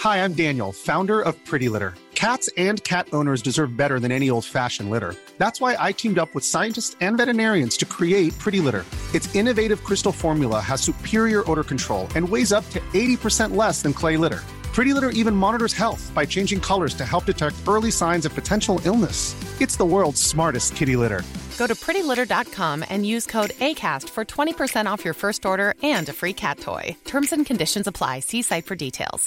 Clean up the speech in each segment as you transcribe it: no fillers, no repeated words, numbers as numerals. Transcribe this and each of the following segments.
Hi, I'm Daniel, founder of Pretty Litter. Cats and cat owners deserve better than any old-fashioned litter. That's why I teamed up with scientists and veterinarians to create Pretty Litter. Its innovative crystal formula has superior odor control and weighs up to 80% less than clay litter. Pretty Litter even monitors health by changing colors to help detect early signs of potential illness. It's the world's smartest kitty litter. Go to prettylitter.com and use code ACAST for 20% off your first order and a free cat toy. Terms and conditions apply. See site for details.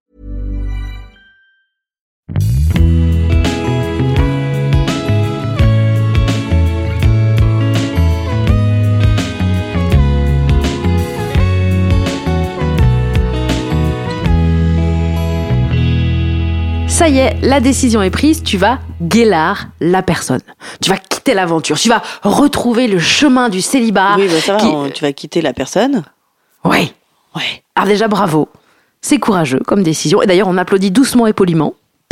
Ça y est, la décision est prise, tu vas guélard la personne. Tu vas quitter l'aventure, tu vas retrouver le chemin du célibat. Oui, bah ça va, tu vas quitter la personne. Oui. Alors déjà, bravo. C'est courageux comme décision. Et d'ailleurs, on applaudit doucement et poliment.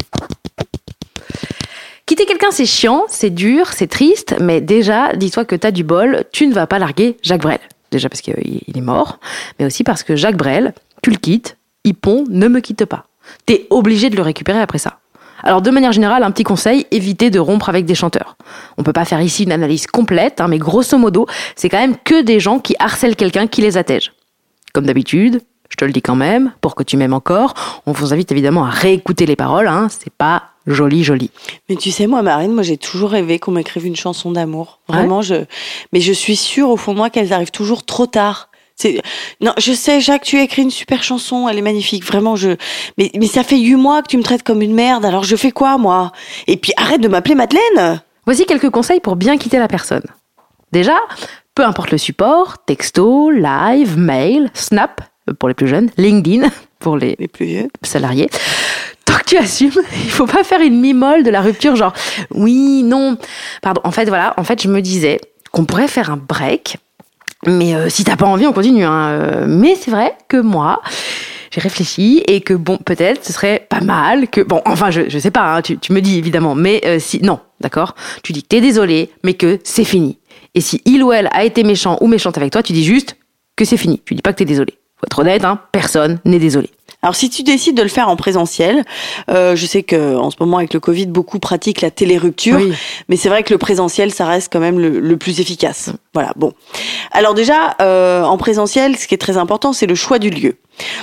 Quitter quelqu'un, c'est chiant, c'est dur, c'est triste, mais déjà, dis-toi que t'as du bol, tu ne vas pas larguer Jacques Brel. Déjà parce qu'il est mort, mais aussi parce que Jacques Brel, tu le quittes, il pond, ne me quitte pas. T'es obligé de le récupérer après ça. Alors de manière générale, un petit conseil, évitez de rompre avec des chanteurs. On peut pas faire ici une analyse complète, mais grosso modo, c'est quand même que des gens qui harcèlent quelqu'un qui les attège. Comme d'habitude, je te le dis quand même, pour que tu m'aimes encore, on vous invite évidemment à réécouter les paroles, c'est pas joli. Mais tu sais, Marine, j'ai toujours rêvé qu'on m'écrive une chanson d'amour. Vraiment, mais je suis sûre au fond de moi qu'elles arrivent toujours trop tard. Non, je sais, Jacques, tu as écrit une super chanson, elle est magnifique, vraiment, mais ça fait 8 mois que tu me traites comme une merde, alors je fais quoi, moi? Et puis, arrête de m'appeler Madeleine! Voici quelques conseils pour bien quitter la personne. Déjà, peu importe le support, texto, live, mail, Snap, pour les plus jeunes, LinkedIn, pour les plus vieux salariés. Tant que tu assumes, il faut pas faire une mimole de la rupture, genre, oui, non, pardon, en fait, je me disais qu'on pourrait faire un break. Mais si t'as pas envie, on continue. Mais c'est vrai que moi, j'ai réfléchi et que bon, peut-être ce serait pas mal que... Bon, enfin, je sais pas, tu me dis évidemment, mais si... Non, d'accord? Tu dis que t'es désolé, mais que c'est fini. Et si il ou elle a été méchant ou méchante avec toi, tu dis juste que c'est fini. Tu dis pas que t'es désolé. Faut être honnête, personne n'est désolé. Alors, si tu décides de le faire en présentiel, je sais que en ce moment, avec le Covid, beaucoup pratiquent la télérupture, oui. Mais c'est vrai que le présentiel, ça reste quand même le plus efficace. Voilà, bon. Alors déjà, en présentiel, ce qui est très important, c'est le choix du lieu.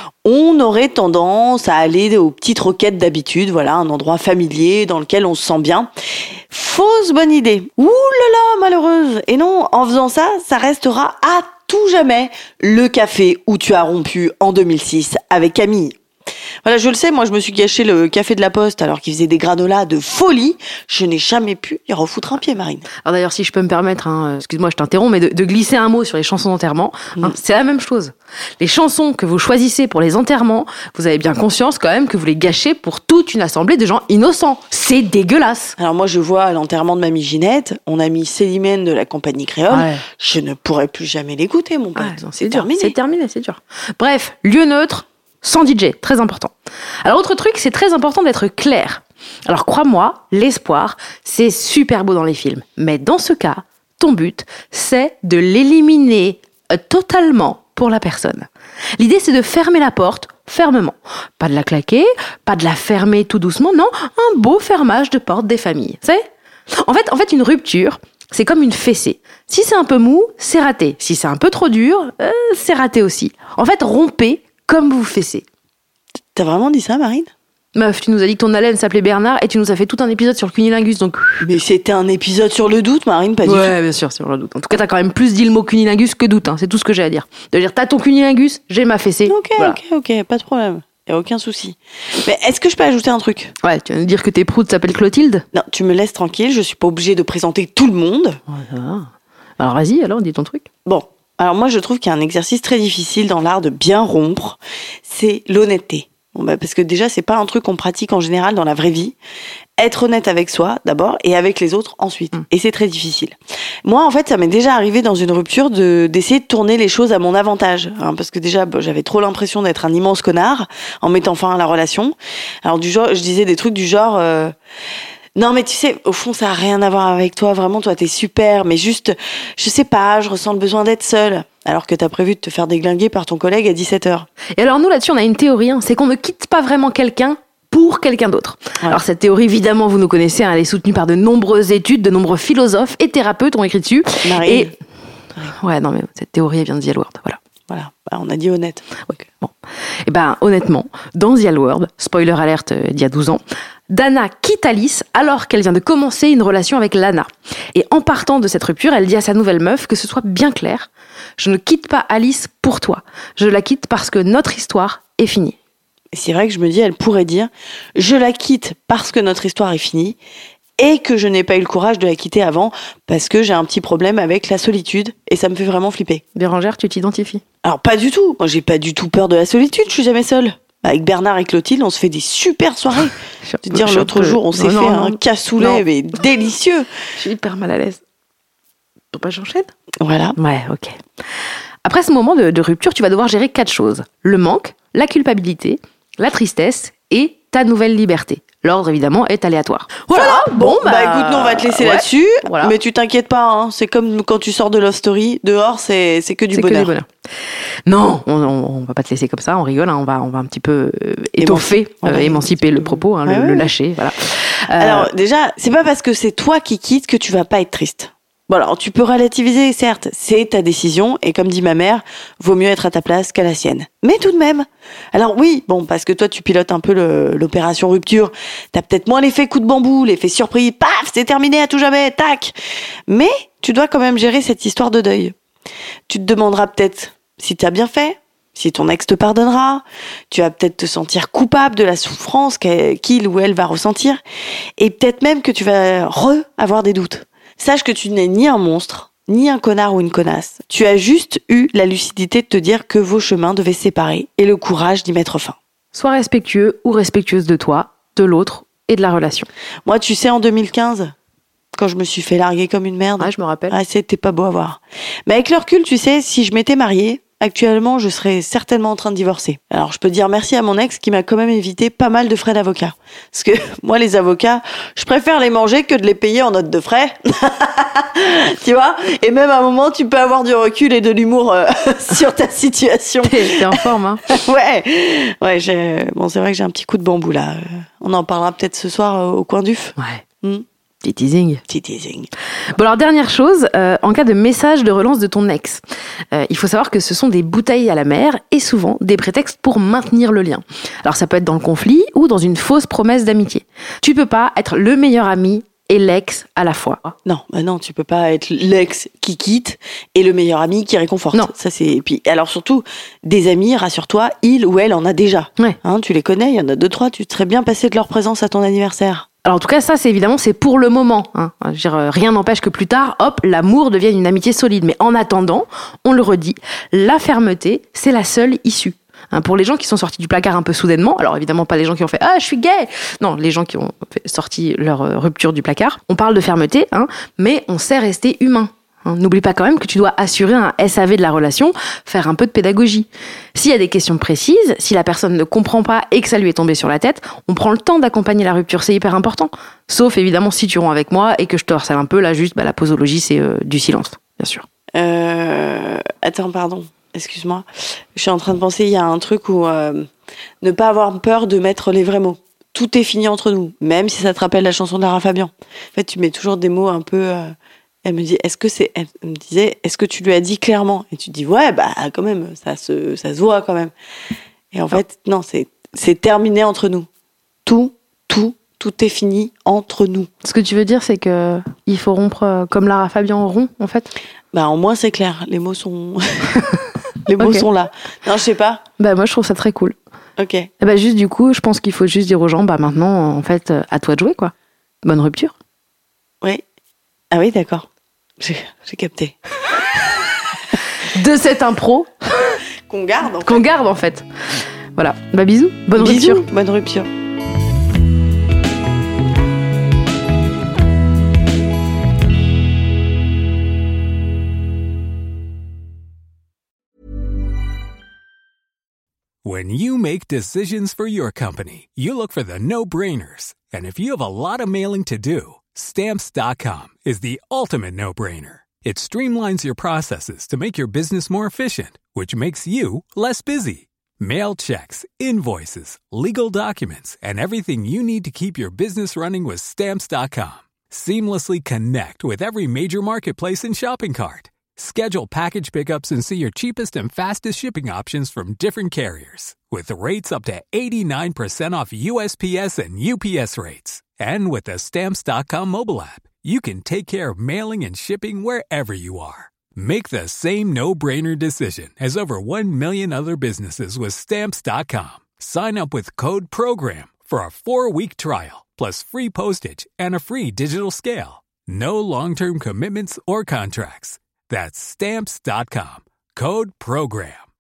On aurait tendance à aller aux petites roquettes d'habitude, voilà, un endroit familier dans lequel on se sent bien. Fausse bonne idée. Ouh là là, malheureuse. Et non, en faisant ça, ça restera à tout jamais le café où tu as rompu en 2006 avec Camille. Voilà, je le sais, moi je me suis gâché le café de la Poste alors qu'il faisait des granolas de folie. Je n'ai jamais pu y refoutre un pied, Marine. Alors d'ailleurs, si je peux me permettre, excuse-moi, je t'interromps, mais de glisser un mot sur les chansons d'enterrement, c'est la même chose. Les chansons que vous choisissez pour les enterrements, vous avez bien conscience quand même que vous les gâchez pour toute une assemblée de gens innocents. C'est dégueulasse. Alors moi je vois à l'enterrement de mamie Ginette, on a mis Célimène de la compagnie créole. Ouais. Je ne pourrais plus jamais l'écouter, mon pote. Non, c'est terminé. C'est dur. Bref, lieu neutre, sans DJ, très important. Alors autre truc, c'est très important d'être clair. Alors crois-moi, l'espoir, c'est super beau dans les films. Mais dans ce cas, ton but, c'est de l'éliminer totalement pour la personne. L'idée, c'est de fermer la porte fermement. Pas de la claquer, pas de la fermer tout doucement, non, un beau fermage de porte des familles. C'est en fait, une rupture, c'est comme une fessée. Si c'est un peu mou, c'est raté. Si c'est un peu trop dur, c'est raté aussi. En fait, rompez comme vous fessez. T'as vraiment dit ça, Marine ? Meuf, tu nous as dit que ton haleine s'appelait Bernard et tu nous as fait tout un épisode sur le cunilingus, donc... Mais c'était un épisode sur le doute, Marine, pas du tout. Ouais, bien sûr, sur le doute. En tout cas, t'as quand même plus dit le mot cunilingus que doute, c'est tout ce que j'ai à dire. De dire, t'as ton cunilingus, j'ai ma fessée. Ok, pas de problème. Y a aucun souci. Mais est-ce que je peux ajouter un truc ? Ouais, tu vas nous dire que tes proutes s'appellent Clotilde ? Non, tu me laisses tranquille, je suis pas obligée de présenter tout le monde. Ouais, ça va. Alors vas-y, dis ton truc. Bon, alors moi je trouve qu'il y a un exercice très difficile dans l'art de bien rompre, c'est l'honnêteté. Parce que déjà, c'est pas un truc qu'on pratique en général dans la vraie vie. Être honnête avec soi, d'abord, et avec les autres, ensuite. Et c'est très difficile. Moi, en fait, ça m'est déjà arrivé dans une rupture d'essayer de tourner les choses à mon avantage. Parce que déjà, j'avais trop l'impression d'être un immense connard en mettant fin à la relation. Alors, je disais des trucs du genre... Non, mais tu sais, au fond, ça a rien à voir avec toi. Vraiment, toi, t'es super. Mais juste, je sais pas, je ressens le besoin d'être seule. alors que t'as prévu de te faire déglinguer par ton collègue à 17h. Et alors nous, là-dessus, on a une théorie, c'est qu'on ne quitte pas vraiment quelqu'un pour quelqu'un d'autre. Ouais. Alors cette théorie, évidemment, vous nous connaissez, elle est soutenue par de nombreuses études, de nombreux philosophes et thérapeutes ont écrit dessus. Marie. Ouais, non, mais cette théorie, elle vient de The L Word, Voilà, on a dit honnête. Okay. Bon. Et honnêtement, dans The L Word, spoiler alerte d'il y a 12 ans, Dana quitte Alice alors qu'elle vient de commencer une relation avec Lana. Et en partant de cette rupture, elle dit à sa nouvelle meuf que ce soit bien clair, je ne quitte pas Alice pour toi. Je la quitte parce que notre histoire est finie. Et c'est vrai que je me dis, elle pourrait dire, je la quitte parce que notre histoire est finie et que je n'ai pas eu le courage de la quitter avant parce que j'ai un petit problème avec la solitude et ça me fait vraiment flipper. Bérangère, tu t'identifies? Alors pas du tout. Moi, j'ai pas du tout peur de la solitude. Je suis jamais seule. Avec Bernard et Clotilde, on se fait des super soirées. L'autre jour, on s'est fait un cassoulet mais délicieux. Je suis hyper mal à l'aise. Pour pas j'enchaîne? Voilà. Ouais, ok. Après ce moment de rupture, tu vas devoir gérer 4 choses. Le manque, la culpabilité, la tristesse et ta nouvelle liberté. L'ordre, évidemment, est aléatoire. Voilà. Bon, écoute, nous, on va te laisser là-dessus. Voilà. Mais tu t'inquiètes pas, hein. C'est comme quand tu sors de Love Story. Dehors, c'est que du bonheur. Non, on va pas te laisser comme ça, on rigole, hein. On va un petit peu étoffer, émanciper le propos, hein, le lâcher, voilà. Alors, déjà, c'est pas parce que c'est toi qui quittes que tu vas pas être triste. Bon, alors, tu peux relativiser, certes, c'est ta décision, et comme dit ma mère, vaut mieux être à ta place qu'à la sienne. Mais tout de même. Alors oui, bon, parce que toi, tu pilotes un peu l'opération rupture, t'as peut-être moins l'effet coup de bambou, l'effet surprise, paf, c'est terminé à tout jamais, tac. Mais tu dois quand même gérer cette histoire de deuil. Tu te demanderas peut-être si t'as bien fait, si ton ex te pardonnera, tu vas peut-être te sentir coupable de la souffrance qu'il ou elle va ressentir, et peut-être même que tu vas avoir des doutes. Sache que tu n'es ni un monstre, ni un connard ou une connasse. Tu as juste eu la lucidité de te dire que vos chemins devaient se séparer et le courage d'y mettre fin. Sois respectueux ou respectueuse de toi, de l'autre et de la relation. Moi, tu sais, en 2015, quand je me suis fait larguer comme une merde... Ouais, je me rappelle. C'était pas beau à voir. Mais avec le recul, tu sais, si je m'étais mariée, actuellement, je serais certainement en train de divorcer. Alors, je peux dire merci à mon ex qui m'a quand même évité pas mal de frais d'avocat. Parce que moi, les avocats, je préfère les manger que de les payer en note de frais. Tu vois? Et même à un moment, tu peux avoir du recul et de l'humour sur ta situation. T'es en forme, hein? Ouais. Bon, c'est vrai que j'ai un petit coup de bambou, là. On en parlera peut-être ce soir au coin d'UF. Ouais. Petit teasing. Bon, alors, dernière chose, en cas de message de relance de ton ex, il faut savoir que ce sont des bouteilles à la mer et souvent des prétextes pour maintenir le lien. Alors, ça peut être dans le conflit ou dans une fausse promesse d'amitié. Tu peux pas être le meilleur ami et l'ex à la fois. Non, tu peux pas être l'ex qui quitte et le meilleur ami qui réconforte. Non. Ça, c'est... Et puis, alors surtout, des amis, rassure-toi, il ou elle en a déjà. Ouais. Hein, tu les connais, il y en a 2-3, tu te serais bien passé de leur présence à ton anniversaire. Alors en tout cas, ça, c'est pour le moment. Hein. Je veux dire, rien n'empêche que plus tard, hop, l'amour devienne une amitié solide. Mais en attendant, on le redit, la fermeté, c'est la seule issue. Hein, pour les gens qui sont sortis du placard un peu soudainement, alors évidemment pas les gens qui ont fait « Ah, je suis gay !» Non, les gens qui ont sorti leur rupture du placard. On parle de fermeté, hein, mais on sait rester humain. N'oublie pas quand même que tu dois assurer un SAV de la relation, faire un peu de pédagogie. S'il y a des questions précises, si la personne ne comprend pas et que ça lui est tombé sur la tête, on prend le temps d'accompagner la rupture, c'est hyper important. Sauf évidemment si tu romps avec moi et que je te harcèle un peu, là juste la posologie c'est du silence, bien sûr. Attends, pardon, excuse-moi. Je suis en train de penser, il y a un truc où ne pas avoir peur de mettre les vrais mots. Tout est fini entre nous, même si ça te rappelle la chanson de Lara Fabian. En fait, tu mets toujours des mots un peu... Elle me dit, est-ce que tu lui as dit clairement? Et tu dis, ouais, quand même, ça se voit quand même. Et en fait, non, c'est terminé entre nous. Tout est fini entre nous. Ce que tu veux dire, c'est que il faut rompre comme Lara Fabian rompt, en fait? Au moins, c'est clair. Les mots sont, les mots sont là. Non, je sais pas. Moi, je trouve ça très cool. Ok. Et juste du coup, je pense qu'il faut juste dire aux gens, maintenant, en fait, à toi de jouer, quoi. Bonne rupture. Oui. Ah oui, d'accord. J'ai capté. De cette impro qu'on garde en fait. Voilà. Bisous. Bonne rupture. Bonne rupture. When you make decisions for your company, you look for the no-brainers. And if you have a lot of mailing to do, Stamps.com is the ultimate no-brainer. It streamlines your processes to make your business more efficient, which makes you less busy. Mail checks, invoices, legal documents, and everything you need to keep your business running with Stamps.com. Seamlessly connect with every major marketplace and shopping cart. Schedule package pickups and see your cheapest and fastest shipping options from different carriers, with rates up to 89% off USPS and UPS rates. And with the Stamps.com mobile app, you can take care of mailing and shipping wherever you are. Make the same no-brainer decision as over 1 million other businesses with Stamps.com. Sign up with code PROGRAM for a 4-week trial, plus free postage and a free digital scale. No long-term commitments or contracts. That's Stamps.com. Code PROGRAM.